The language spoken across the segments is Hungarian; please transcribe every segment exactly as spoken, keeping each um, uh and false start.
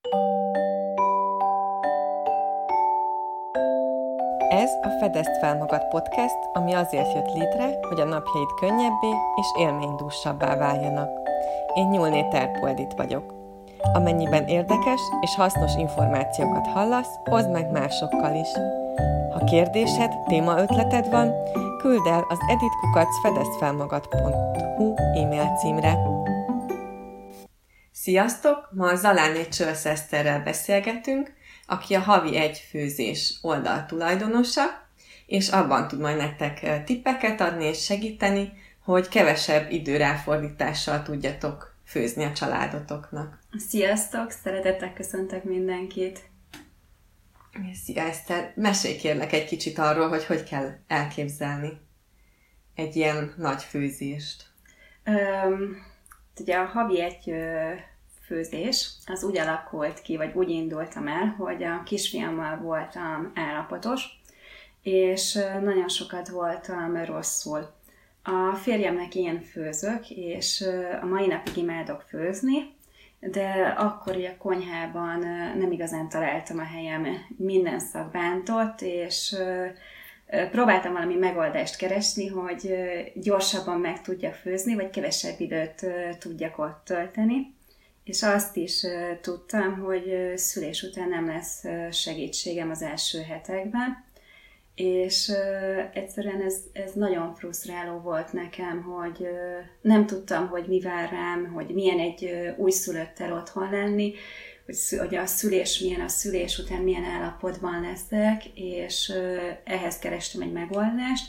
Ez a Fedezd fel magad podcast, ami azért jött létre, hogy a napjaid könnyebbé és élménydúsabbá váljanak. Én Nyúlné Terpoldit vagyok. Amennyiben érdekes és hasznos információkat hallasz, oszd meg másokkal is. Ha kérdésed, témaötleted van, küldd el az edit kukac fedezdfelmagad pont hu e-mail címre. Sziasztok! Ma Zalánné Csölsz Eszterrel beszélgetünk, aki a Havi egy főzés oldal tulajdonosa, és abban tud majd nektek tippeket adni és segíteni, hogy kevesebb időráfordítással tudjatok főzni a családotoknak. Sziasztok! Szeretettel köszöntök mindenkit! Szia Eszter! Mesélj kérlek egy kicsit arról, hogy hogy kell elképzelni egy ilyen nagy főzést. Um, ugye a Havi egy főzés az úgy alakult ki, vagy úgy indultam el, hogy a kisfiammal voltam állapotos, és nagyon sokat voltam rosszul. A férjemnek én főzök, és a mai napig imádok főzni, de akkor a konyhában nem igazán találtam a helyem, minden szag bántott, és próbáltam valami megoldást keresni, hogy gyorsabban meg tudjak főzni, vagy kevesebb időt tudjak ott tölteni. És azt is tudtam, hogy szülés után nem lesz segítségem az első hetekben, és egyszerűen ez, ez nagyon frusztráló volt nekem, hogy nem tudtam, hogy mi vár rám, hogy milyen egy újszülöttel otthon lenni, hogy, hogy a szülés milyen, a szülés után milyen állapotban leszek, és ehhez kerestem egy megoldást.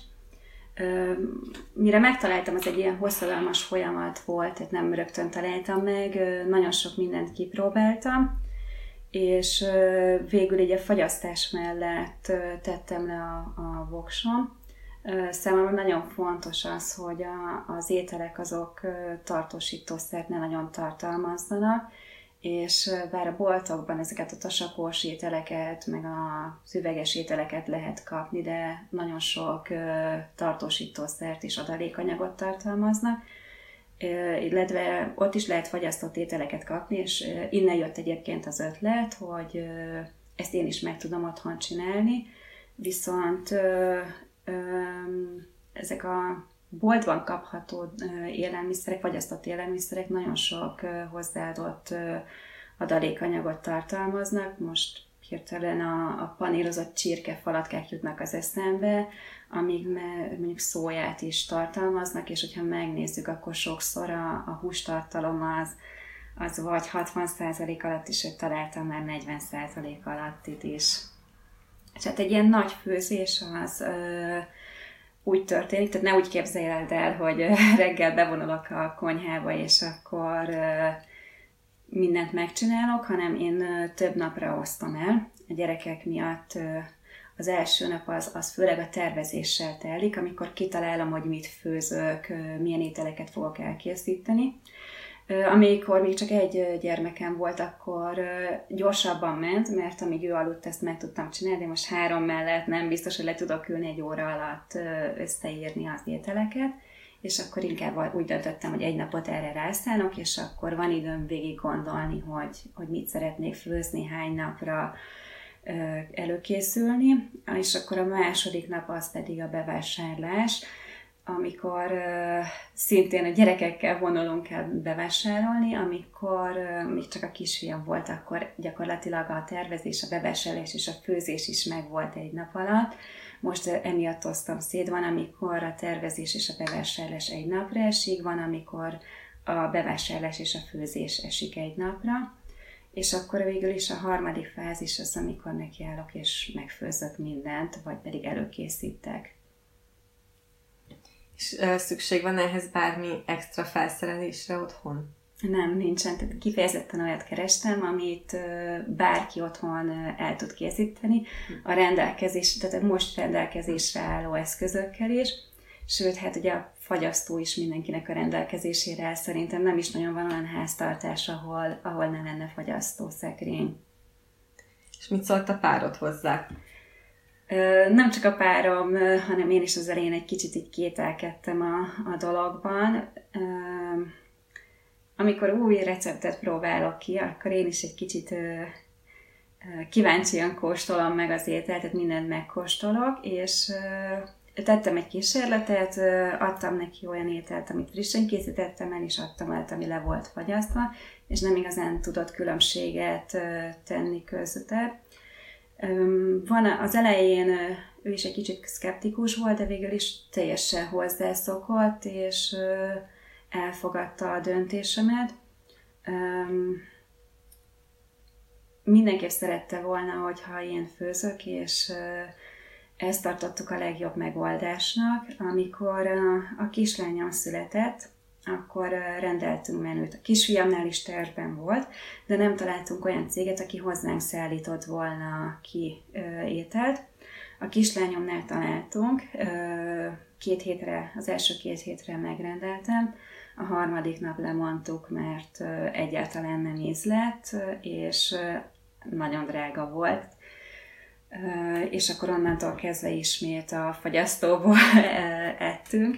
Mire megtaláltam, az egy ilyen hosszadalmas folyamat volt, tehát nem rögtön találtam meg, nagyon sok mindent kipróbáltam, és végül így a fagyasztás mellett tettem le a, a vokson. Számomra nagyon fontos az, hogy a, az ételek azok tartósítószert ne nagyon tartalmazzanak, és bár a boltokban ezeket a tasakós ételeket, meg az üveges ételeket lehet kapni, de nagyon sok tartósítószert és adalékanyagot tartalmaznak, illetve ott is lehet fagyasztott ételeket kapni, és innen jött egyébként az ötlet, hogy ezt én is meg tudom otthon csinálni, viszont ezek a boltban kapható élelmiszerek, fagyasztott élelmiszerek nagyon sok hozzáadott adalékanyagot tartalmaznak. Most hirtelen a, a panírozott csirkefalatkák jutnak az eszembe, amíg mondjuk szóját is tartalmaznak, és hogyha megnézzük, akkor sokszor a, a hústartalom az, az vagy hatvan százalék alatt is, hogy találtam már negyven százalék alattit is. És hát egy ilyen nagy főzés az ö, úgy történik, tehát ne úgy képzeld el, hogy reggel bevonulok a konyhába, és akkor ö, mindent megcsinálok, hanem én ö, több napra osztom el. A gyerekek miatt ö, az első nap az, az főleg a tervezéssel telik, amikor kitalálom, hogy mit főzök, ö, milyen ételeket fogok elkészíteni. Amikor még csak egy gyermekem volt, akkor gyorsabban ment, mert amíg ő aludt, ezt meg tudtam csinálni, most három mellett nem biztos, hogy le tudok ülni egy óra alatt összeírni az ételeket, és akkor inkább úgy döntöttem, hogy egy napot erre rászállok, és akkor van időm végig gondolni, hogy, hogy mit szeretnék főzni, hány napra előkészülni, és akkor a második nap az pedig a bevásárlás, amikor uh, szintén a gyerekekkel vonulunk el bevásárolni, amikor uh, még csak a kisfiam volt, akkor gyakorlatilag a tervezés, a bevásárlás és a főzés is megvolt egy nap alatt. Most uh, emiatt osztom szét, van, amikor a tervezés és a bevásárlás egy napra esik, van, amikor a bevásárlás és a főzés esik egy napra, és akkor végül is a harmadik fázis az, amikor nekiállok és megfőzök mindent, vagy pedig előkészítek. És szükség van ehhez bármi extra felszerelésre otthon? Nem, nincsen. Tehát kifejezetten olyat kerestem, amit bárki otthon el tud készíteni. A rendelkezés, tehát most rendelkezésre álló eszközökkel is. Sőt, hát ugye a fagyasztó is mindenkinek a rendelkezésére áll. Szerintem nem is nagyon van olyan háztartás, ahol, ahol ne lenne fagyasztószekrény. És mit szólt a párod hozzá? Nem csak a párom, hanem én is az elején egy kicsit így kételkedtem a, a dologban. amikor új receptet próbálok ki, akkor én is egy kicsit kíváncsian kóstolom meg az ételt, tehát mindent megkóstolok, és tettem egy kísérletet, adtam neki olyan ételt, amit frissen készítettem el, és adtam el, ami le volt fagyasztva, és nem igazán tudott különbséget tenni közötte. Van az elején ő is egy kicsit szkeptikus volt, de végül is teljesen hozzászokott, és elfogadta a döntésemet. Mindenképp szerette volna, hogyha én főzök, és ezt tartottuk a legjobb megoldásnak. Amikor a kislányom született, akkor rendeltünk menüt. A kisfiamnál is tervben volt, de nem találtunk olyan céget, aki hozzánk szállított volna ki ételt. A kislányomnál találtunk, két hétre, az első két hétre megrendeltem, a harmadik nap lemondtuk, mert egyáltalán nem ízlett, és nagyon drága volt. És akkor onnantól kezdve ismét a fagyasztóból ettünk.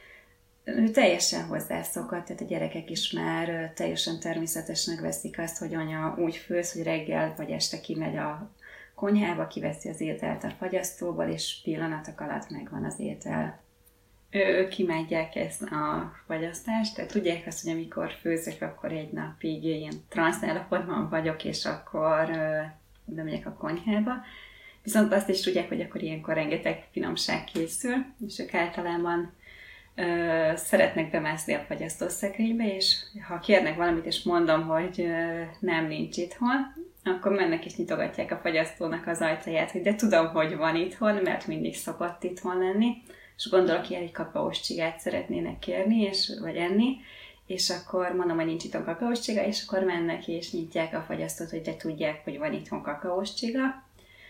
Ő teljesen hozzászokott, tehát a gyerekek is már teljesen természetesnek veszik azt, hogy anya úgy főz, hogy reggel vagy este kimegy a konyhába, kiveszi az ételt a fagyasztóból, és pillanatok alatt megvan az étel. Ők imádják ezt a fagyasztást, tehát tudják azt, hogy amikor főzök, akkor egy napig ilyen transzállapotban vagyok, és akkor nem megyek a konyhába. Viszont azt is tudják, hogy akkor ilyenkor rengeteg finomság készül, és ők általában ö, szeretnek bemászni a fagyasztószekrénybe, és ha kérnek valamit, és mondom, hogy ö, nem, nincs itthon, akkor mennek és nyitogatják a fagyasztónak az ajtaját, hogy de tudom, hogy van itthon, mert mindig szokott itthon lenni, és gondolok, ilyen egy kakaós csigát szeretnének kérni, és, vagy enni, és akkor mondom, hogy nincs itthon kakaós csiga, és akkor mennek és nyitják a fagyasztót, hogy de tudják, hogy van itthon kakaós csiga.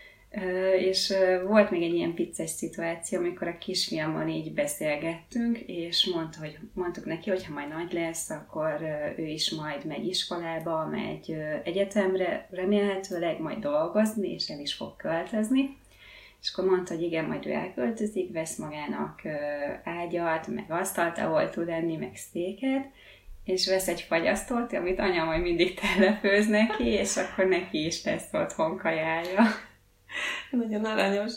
És volt még egy ilyen vicces szituáció, amikor a kisfiammal így beszélgettünk, és mondta, hogy, mondtuk neki, hogy ha majd nagy lesz, akkor ő is majd megy iskolába, megy egyetemre, remélhetőleg majd dolgozni, és el is fog költözni. És akkor mondta, hogy igen, majd ő elköltözik, vesz magának ágyat, meg asztalt, ahol tud enni, meg széket, és vesz egy fagyasztót, amit anya majd mindig telefőz neki, és akkor neki is lesz otthon kajája. Nagyon aranyos.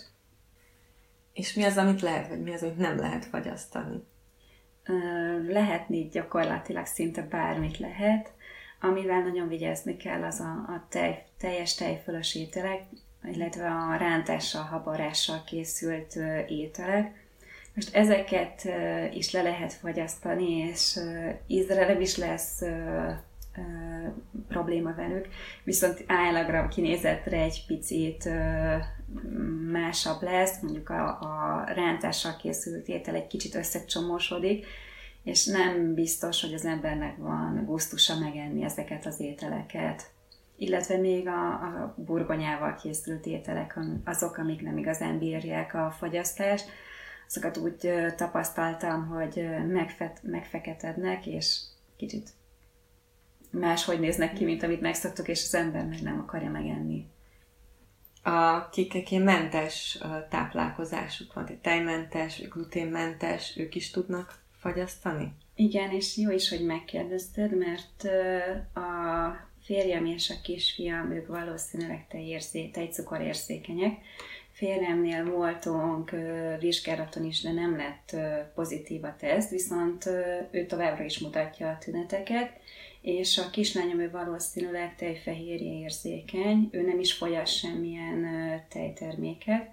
És mi az, amit lehet, vagy mi az, amit nem lehet fagyasztani? Lehetni gyakorlatilag szinte bármit lehet. Amivel nagyon vigyázni kell, az a, a tej, teljes tejfölös ételek, illetve a rántással, habarással készült ételek. Most ezeket is le lehet fagyasztani, és ízre nem is lesz Uh, probléma velük, viszont állagra, kinézetre egy picit uh, másabb lesz, mondjuk a, a rántással készült étel egy kicsit összecsomósodik, és nem biztos, hogy az embernek van gusztusa megenni ezeket az ételeket. Illetve még a, a burgonyával készült ételek, azok, amik nem igazán bírják a fagyasztást, azokat úgy uh, tapasztaltam, hogy megfe- megfeketednek, és kicsit máshogy néznek ki, mint amit megszoktuk, és az ember meg nem akarja megenni. A kikek mentes táplálkozásuk van, tejmentes, vagy gluténmentes, ők is tudnak fagyasztani? Igen, és jó is, hogy megkérdezted, mert a férjem és a kisfiam, ők valószínűleg tejérzé, tejcukorérzékenyek. Férjemnél voltunk vizsgálaton is, de nem lett pozitív a teszt, viszont ő továbbra is mutatja a tüneteket, és a kislányom ő valószínűleg tejfehérje érzékeny, ő nem is fogyaszt semmilyen tejterméket.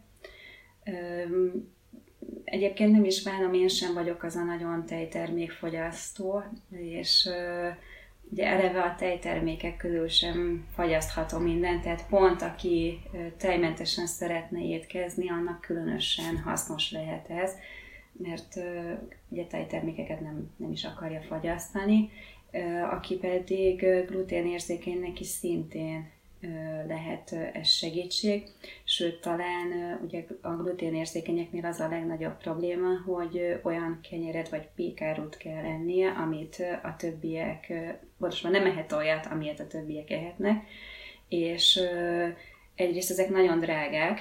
Egyébként nem is bánom, én sem vagyok az a nagyon tejtermékfogyasztó, és ugye eleve a tejtermékek közül sem fagyasztható mindent, tehát pont aki tejmentesen szeretne étkezni, annak különösen hasznos lehet ez, mert ugye tejtermékeket nem, nem is akarja fagyasztani. Aki pedig gluténérzékenynek is szintén lehet ez segítség, sőt talán ugye a gluténérzékenyeknél az a legnagyobb probléma, hogy olyan kenyeret vagy pékárút kell ennie, amit a többiek, pontosan nem ehet olyat, amilyet a többiek ehetnek, és egyrészt ezek nagyon drágák,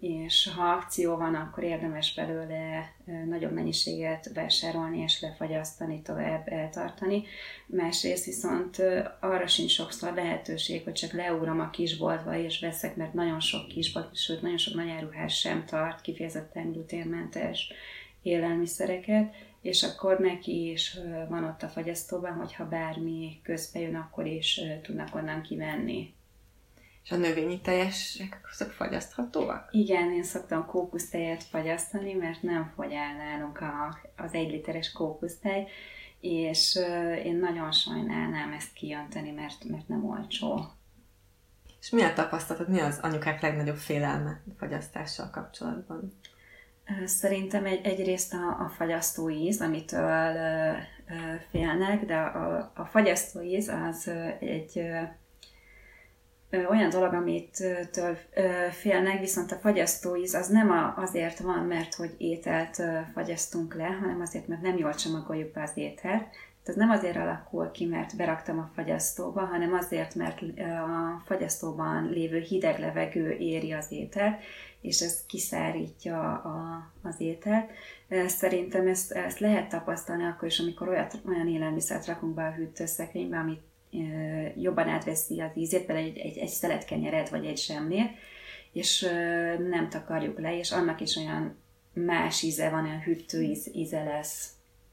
és ha akció van, akkor érdemes belőle nagyobb mennyiséget vásárolni és lefagyasztani, tovább eltartani. Másrészt viszont arra sincs sokszor lehetőség, hogy csak leugrom a kisboltba és veszek, mert nagyon sok kisbolt, sőt nagyon sok nagyáruház sem tart kifejezetten gluténmentes élelmiszereket, és akkor neki is van ott a fagyasztóban, hogyha bármi közbe jön, akkor is tudnak onnan kivenni. És a növényi teljesek azok fagyaszthatóak? Igen, én szoktam kókusztejet fagyasztani, mert nem fogy el nálunk a, az egy literes kókusztej, és én nagyon sajnálnám ezt kijönteni, mert, mert nem olcsó. És mi a tapasztalatod, mi az anyukák legnagyobb félelme a fagyasztással kapcsolatban? Szerintem egy, egyrészt a, a fagyasztó íz, amitől ö, ö, félnek, de a, a fagyasztó íz az egy ö, ö, olyan dolog, amitől ö, félnek, viszont a fagyasztó íz az nem a, azért van, mert hogy ételt ö, fagyasztunk le, hanem azért, mert nem jól csomagoljuk be az ételt. Ez nem azért alakul ki, mert beraktam a fagyasztóba, hanem azért, mert a fagyasztóban lévő hideg levegő éri az ételt, és ez kiszárítja a, az ételt. Szerintem ezt, ezt lehet tapasztalni akkor is, amikor olyat, olyan élelmiszert rakunk be a hűtőszekrénybe, ami jobban átveszi az ízét, például egy, egy, egy szeletkenyeret vagy egy zsemlét, és nem takarjuk le, és annak is olyan más íze van, olyan hűtő íz, íze lesz.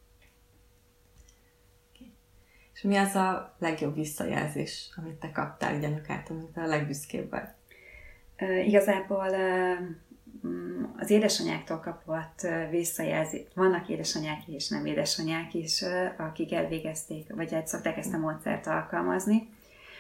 És mi az a legjobb visszajelzés, amit te kaptál így anyukától, amit a legbüszkébb vagy? Uh, igazából uh, az édesanyáktól kapott visszajelzés, vannak édesanyák és nem édesanyák is, uh, akik elvégezték, vagy egy szokták ezt a módszert alkalmazni,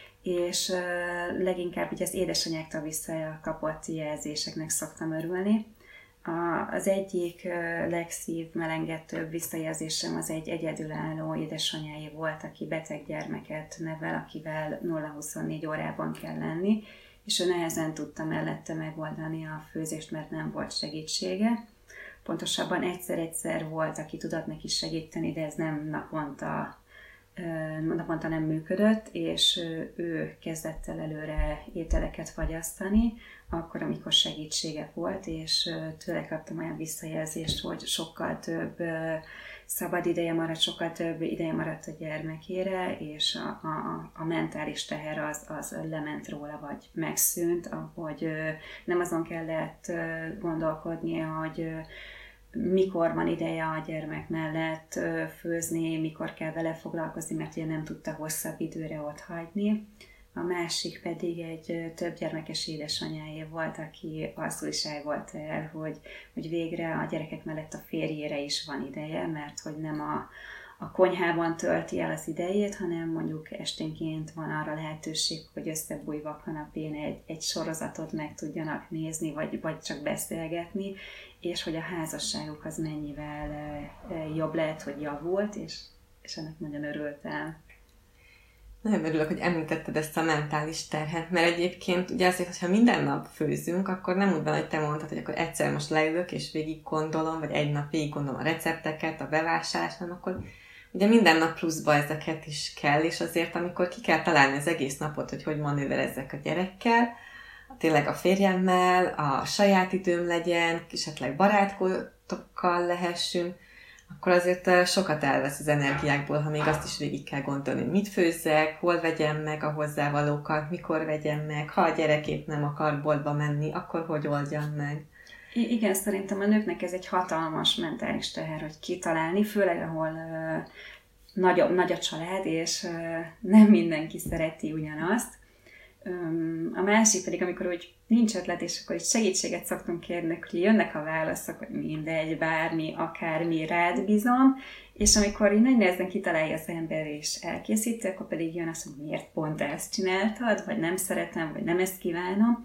és uh, leginkább ugye az édesanyáktól visszakapott jelzéseknek szoktam örülni. A, az egyik uh, legszívmelengetőbb visszajelzésem az egy egyedülálló édesanyáé volt, aki beteg gyermeket nevel, akivel nulla huszonnégy órában kell lenni, és ő nehezen tudta mellette megoldani a főzést, mert nem volt segítsége. Pontosabban egyszer-egyszer volt, aki tudott neki segíteni, de ez nem naponta, naponta nem működött, és ő kezdett el előre ételeket fagyasztani, akkor, amikor segítsége volt, és tőle kaptam olyan visszajelzést, hogy sokkal több szabad ideje maradt, sokkal több ideje maradt a gyermekére, és a, a, a mentális teher az, az lement róla, vagy megszűnt, ahogy nem azon kellett gondolkodni, hogy mikor van ideje a gyermek mellett főzni, mikor kell vele foglalkozni, mert ugye nem tudta hosszabb időre ott hagyni. A másik pedig egy több gyermekes édesanyáé volt, aki arcul is elvolt el, hogy, hogy végre a gyerekek mellett a férjére is van ideje, mert hogy nem a, a konyhában tölti el az idejét, hanem mondjuk esténként van arra lehetőség, hogy összebújva a kanapén egy, egy sorozatot meg tudjanak nézni, vagy, vagy csak beszélgetni, és hogy a házasságuk az mennyivel jobb lehet, hogy javult, és, és ennek nagyon örültem. Nagyon örülök, hogy említetted ezt a mentális terhet, mert egyébként ugye azért, hogyha minden nap főzünk, akkor nem úgy van, hogy te mondtad, hogy akkor egyszer most leülök és végig gondolom, vagy egy nap végig gondolom a recepteket, a bevásárlást, hanem akkor ugye minden nap pluszba ezeket is kell, és azért, amikor ki kell találni az egész napot, hogy hogy manőverezzek a gyerekkel, tényleg a férjemmel, a saját időm legyen, esetleg barátkokkal lehessünk, akkor azért sokat elvesz az energiákból, ha még azt is végig kell gondolni, hogy mit főzzek, hol vegyem meg a hozzávalókat, mikor vegyem meg, ha a gyerekét nem akar boltba menni, akkor hogy oldjam meg. I- igen, szerintem a nőknek ez egy hatalmas mentális teher, hogy kitalálni, főleg ahol uh, nagy, nagy a család, és uh, nem mindenki szereti ugyanazt. Um, a másik pedig, amikor úgy nincs ötlet, és akkor itt segítséget szoktunk kérni, hogy jönnek a válaszok, hogy mindegy, bármi, akármi, rád bízom, és amikor így nagy nehezen kitalálja az ember és elkészíti, akkor pedig jön az, hogy miért pont ezt csináltad, vagy nem szeretem, vagy nem ezt kívánom.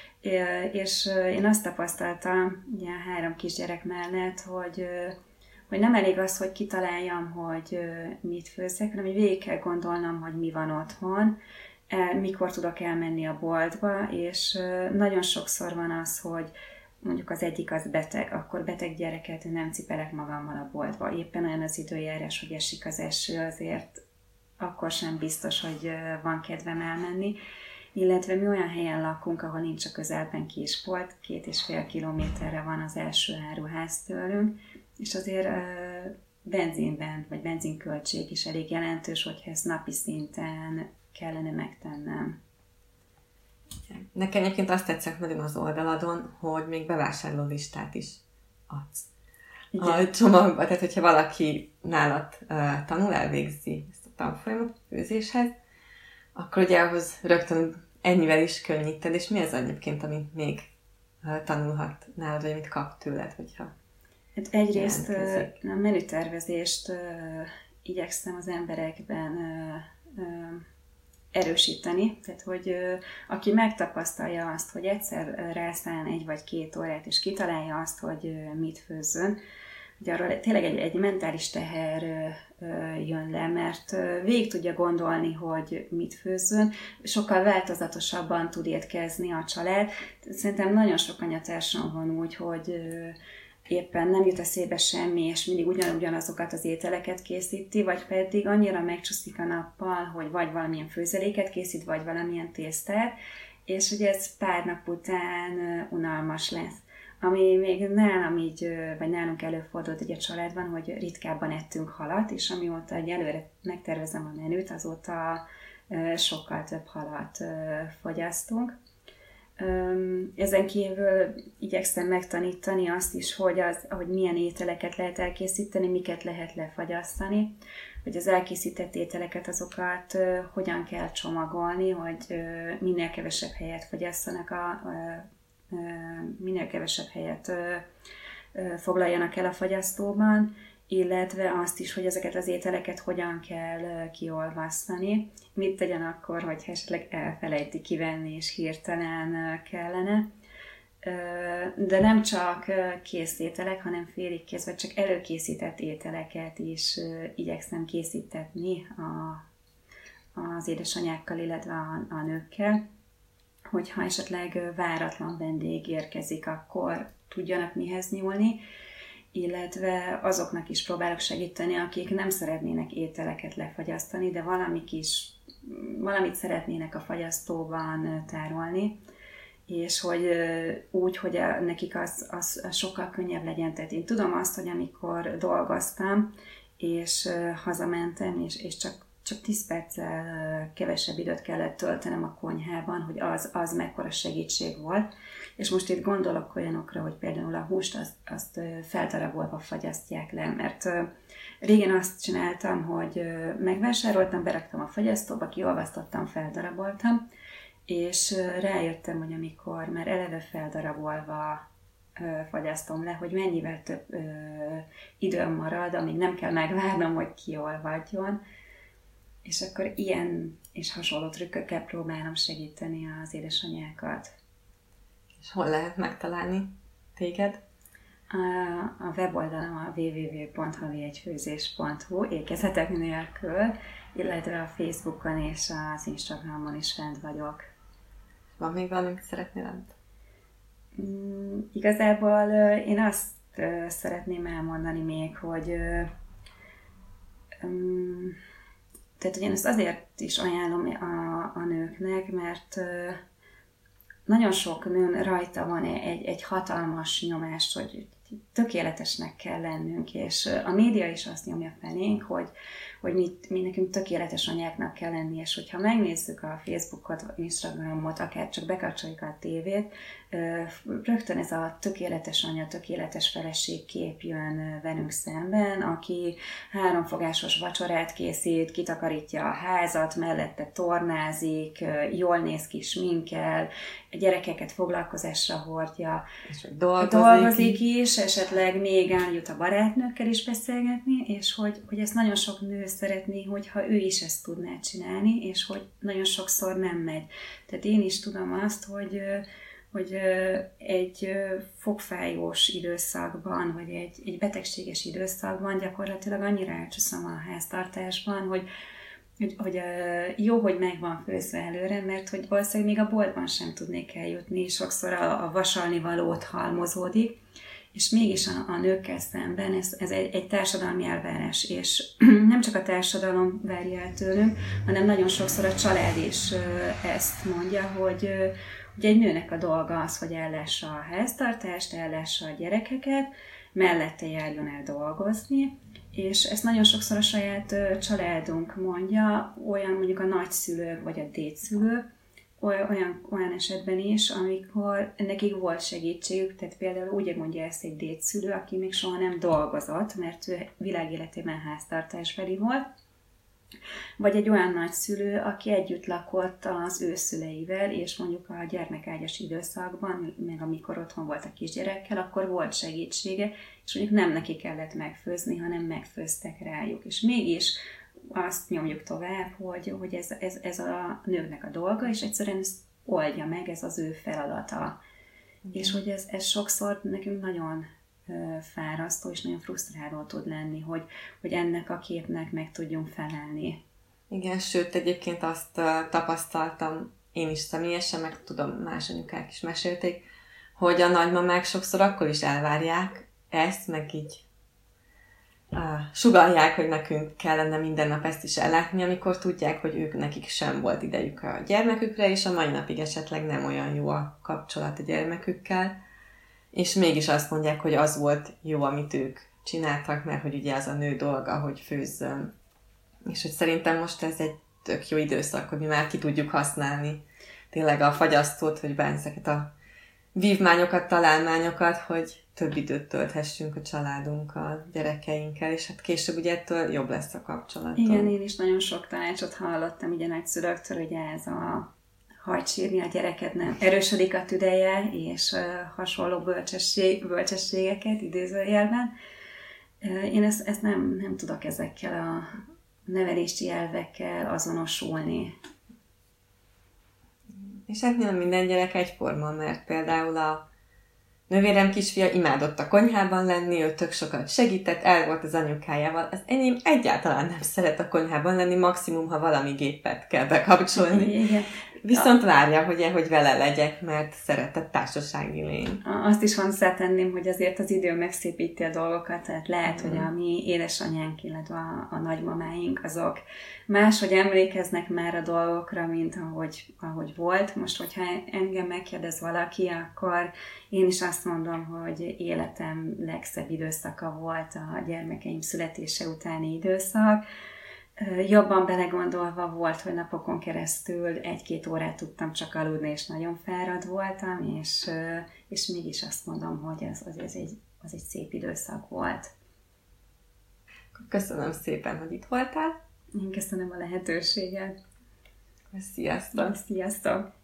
És én azt tapasztaltam, ugye három kisgyerek mellett, hogy, hogy nem elég az, hogy kitaláljam, hogy mit főzzek, hanem hogy végig kell gondolnom, hogy mi van otthon, mikor tudok elmenni a boltba, és nagyon sokszor van az, hogy mondjuk az egyik az beteg, akkor beteg gyereket nem cipelek magammal a boltba. Éppen olyan az időjárás, hogy esik az eső, azért akkor sem biztos, hogy van kedvem elmenni. illetve mi olyan helyen lakunk, ahol nincs a közelben kisbolt, két és fél kilométerre van az első áruház tőlünk, és azért benzinben, vagy benzinköltség is elég jelentős, hogyha ezt napi szinten kellene megtennem. Nekem egyébként azt tetszett nagyon az oldaladon, hogy még bevásárló listát is adsz. Igen. A csomagba, tehát hogyha valaki nálad uh, tanul, elvégzi ezt a tanfolyamot főzéshez, akkor ugye ahhoz rögtön ennyivel is könnyíted, és mi az egyébként, amit még uh, tanulhat nálad, vagy amit kap tőled, hogyha hát egyrészt jelentkezik. A menütervezést uh, igyekszem az emberekben uh, uh, erősíteni, tehát hogy uh, aki megtapasztalja azt, hogy egyszer rászán egy vagy két órát, és kitalálja azt, hogy uh, mit főzzön, hogy arról tényleg egy, egy mentális teher uh, uh, jön le, mert uh, végig tudja gondolni, hogy mit főzzön, sokkal változatosabban tud étkezni a család. Szerintem nagyon sok anyatársam van úgy, hogy uh, éppen nem jut eszébe semmi, és mindig ugyanazokat az ételeket készíti, vagy pedig annyira megcsúszik a nappal, hogy vagy valamilyen főzeléket készít, vagy valamilyen tésztát, és ugye ez pár nap után unalmas lesz. Ami még nálam így, vagy nálunk előfordult egy a családban, hogy ritkábban ettünk halat, és amióta egy előre megtervezem a menüt, azóta sokkal több halat fogyasztunk. Ezen kívül igyekszem megtanítani azt is, hogy, az, hogy milyen ételeket lehet elkészíteni, miket lehet lefagyasztani, hogy az elkészített ételeket, azokat uh, hogyan kell csomagolni, hogy uh, minél kevesebb helyet fogyasszanak, a, uh, uh, minél kevesebb helyet uh, uh, foglaljanak el a fogyasztóban, illetve azt is, hogy ezeket az ételeket hogyan kell uh, kiolvasztani, mit tegyen akkor, hogy esetleg elfelejti kivenni, és hirtelen uh, kellene. De nem csak kész ételek, hanem félig kész, vagy csak előkészített ételeket is igyekszem készítetni a, az édesanyákkal, illetve a, a nőkkel, hogyha esetleg váratlan vendég érkezik, akkor tudjanak mihez nyúlni, illetve azoknak is próbálok segíteni, akik nem szeretnének ételeket lefagyasztani, de valami kis, valamit szeretnének a fagyasztóban tárolni, és hogy úgy, hogy nekik az, az, az sokkal könnyebb legyen. Tehát én tudom azt, hogy amikor dolgoztam, és hazamentem, és, és csak, csak tíz perccel kevesebb időt kellett töltenem a konyhában, hogy az, az mekkora segítség volt. És most itt gondolok olyanokra, hogy például a húst azt, azt feldarabolva fagyasztják le, mert régen azt csináltam, hogy megvásároltam, beraktam a fagyasztóba, kiolvasztottam, feldaraboltam, és rájöttem, hogy amikor már eleve feldarabolva ö, fagyasztom le, hogy mennyivel több ö, időm marad, amíg nem kell megvárnom, hogy kiolvadjon, és akkor ilyen és hasonló trükkökkel próbálom segíteni az édesanyákat. És hol lehet megtalálni téged? A, a weboldalam a double-u double-u double-u pont haviegyfőzés pont hu ékezetek nélkül, illetve a Facebookon és az Instagramon is fent vagyok. Van még valamit szeretnél lent? Mm, igazából én azt uh, szeretném elmondani még, hogy uh, um, tehát, hogy én ezt azért is ajánlom a, a nőknek, mert uh, nagyon sok nőn rajta van egy, egy hatalmas nyomás, hogy tökéletesnek kell lennünk, és a média is azt nyomja felénk, hogy, hogy mi, mi nekünk tökéletes anyáknak kell lenni, és hogyha megnézzük a Facebookot, Instagramot, akár csak bekapcsoljuk a tévét, rögtön ez a tökéletes anya, tökéletes feleség kép jön velünk szemben, aki háromfogásos vacsorát készít, kitakarítja a házat, mellette tornázik, jól néz ki, sminkel, gyerekeket foglalkozásra hordja, és dolgozik, dolgozik is, esetleg még eljut a barátnőkkel is beszélgetni, és hogy, hogy ezt nagyon sok nő szeretné, hogyha ő is ezt tudná csinálni, és hogy nagyon sokszor nem megy. Tehát én is tudom azt, hogy, hogy egy fogfájós időszakban, vagy egy, egy betegséges időszakban gyakorlatilag annyira elcsúszom a háztartásban, hogy Hogy, hogy jó, hogy meg van főzve előre, mert hogy valószínűleg még a boltban sem tudnék eljutni, sokszor a, a vasalni valót halmozódik, és mégis a, a nőkkel szemben ez, ez egy, egy társadalmi elvárás, és nem csak a társadalom várja el tőlünk, hanem nagyon sokszor a család is ezt mondja, hogy, hogy egy nőnek a dolga az, hogy ellássa a háztartást, ellássa a gyerekeket, mellette járjon el dolgozni, és ezt nagyon sokszor a saját családunk mondja, olyan mondjuk a nagyszülők vagy a dédszülők, olyan, olyan esetben is, amikor nekik volt segítségük, tehát például úgy mondja ezt egy dédszülő, aki még soha nem dolgozott, mert ő világéletében háztartásbeli volt, vagy egy olyan nagyszülő, aki együtt lakott az ő szüleivel, és mondjuk a gyermekágyas időszakban, meg amikor otthon volt a kisgyerekkel, akkor volt segítsége, és mondjuk nem neki kellett megfőzni, hanem megfőztek rájuk. És mégis azt nyomjuk tovább, hogy, hogy ez, ez, ez a nőknek a dolga, és egyszerűen ezt oldja meg, ez az ő feladata. Okay. És hogy ez, ez sokszor nekünk nagyon fárasztó és nagyon frusztráló tud lenni, hogy, hogy ennek a képnek meg tudjunk felelni. Igen, sőt, egyébként azt uh, tapasztaltam én is személyesen, meg tudom, más anyukák is mesélték, hogy a nagymamák sokszor akkor is elvárják ezt, meg így uh, sugallják, hogy nekünk kellene minden nap ezt is ellátni, amikor tudják, hogy ők nekik sem volt idejük a gyermekükre, és a mai napig esetleg nem olyan jó a kapcsolat a gyermekükkel, és mégis azt mondják, hogy az volt jó, amit ők csináltak, mert hogy ugye az a nő dolga, hogy főzzön. És hogy szerintem most ez egy tök jó időszak, hogy mi már ki tudjuk használni tényleg a fagyasztót, hogy bár ezeket a vívmányokat, találmányokat, hogy több időt tölthessünk a családunkkal, gyerekeinkkel, és hát később ugye ettől jobb lesz a kapcsolat. Igen, én is nagyon sok tanácsot hallottam ugye nagyszülőktől, ugye ez a hagyd sírni a gyereket, nem erősödik a tüdeje, és uh, hasonló bölcsesség, bölcsességeket idézőjelben. Uh, én ezt, ezt nem, nem tudok ezekkel a nevelési elvekkel azonosulni. És hát nem minden gyerek egyforma, mert például a nővérem kisfia imádott a konyhában lenni, ő tök sokat segített, el volt az anyukájával. Az enyém egyáltalán nem szeret a konyhában lenni, maximum, ha valami gépet kell bekapcsolni. Igen. Viszont várja, hogy, hogy vele legyek, mert szeretett társasági lény. Azt is hozzátenném, hogy azért az idő megszépíti a dolgokat, tehát lehet, mm. hogy a mi édesanyánk, illetve a, a nagymamáink, azok máshogy emlékeznek már a dolgokra, mint ahogy, ahogy volt. Most, hogyha engem megkérdez valaki, akkor én is azt mondom, hogy életem legszebb időszaka volt a gyermekeim születése utáni időszak. Jobban belegondolva volt, hogy napokon keresztül egy-két órát tudtam csak aludni, és nagyon fáradt voltam, és, és mégis azt mondom, hogy ez, az, ez egy, az egy szép időszak volt. Köszönöm szépen, hogy itt voltál. Én köszönöm a lehetőséget. Sziasztok! Sziasztok!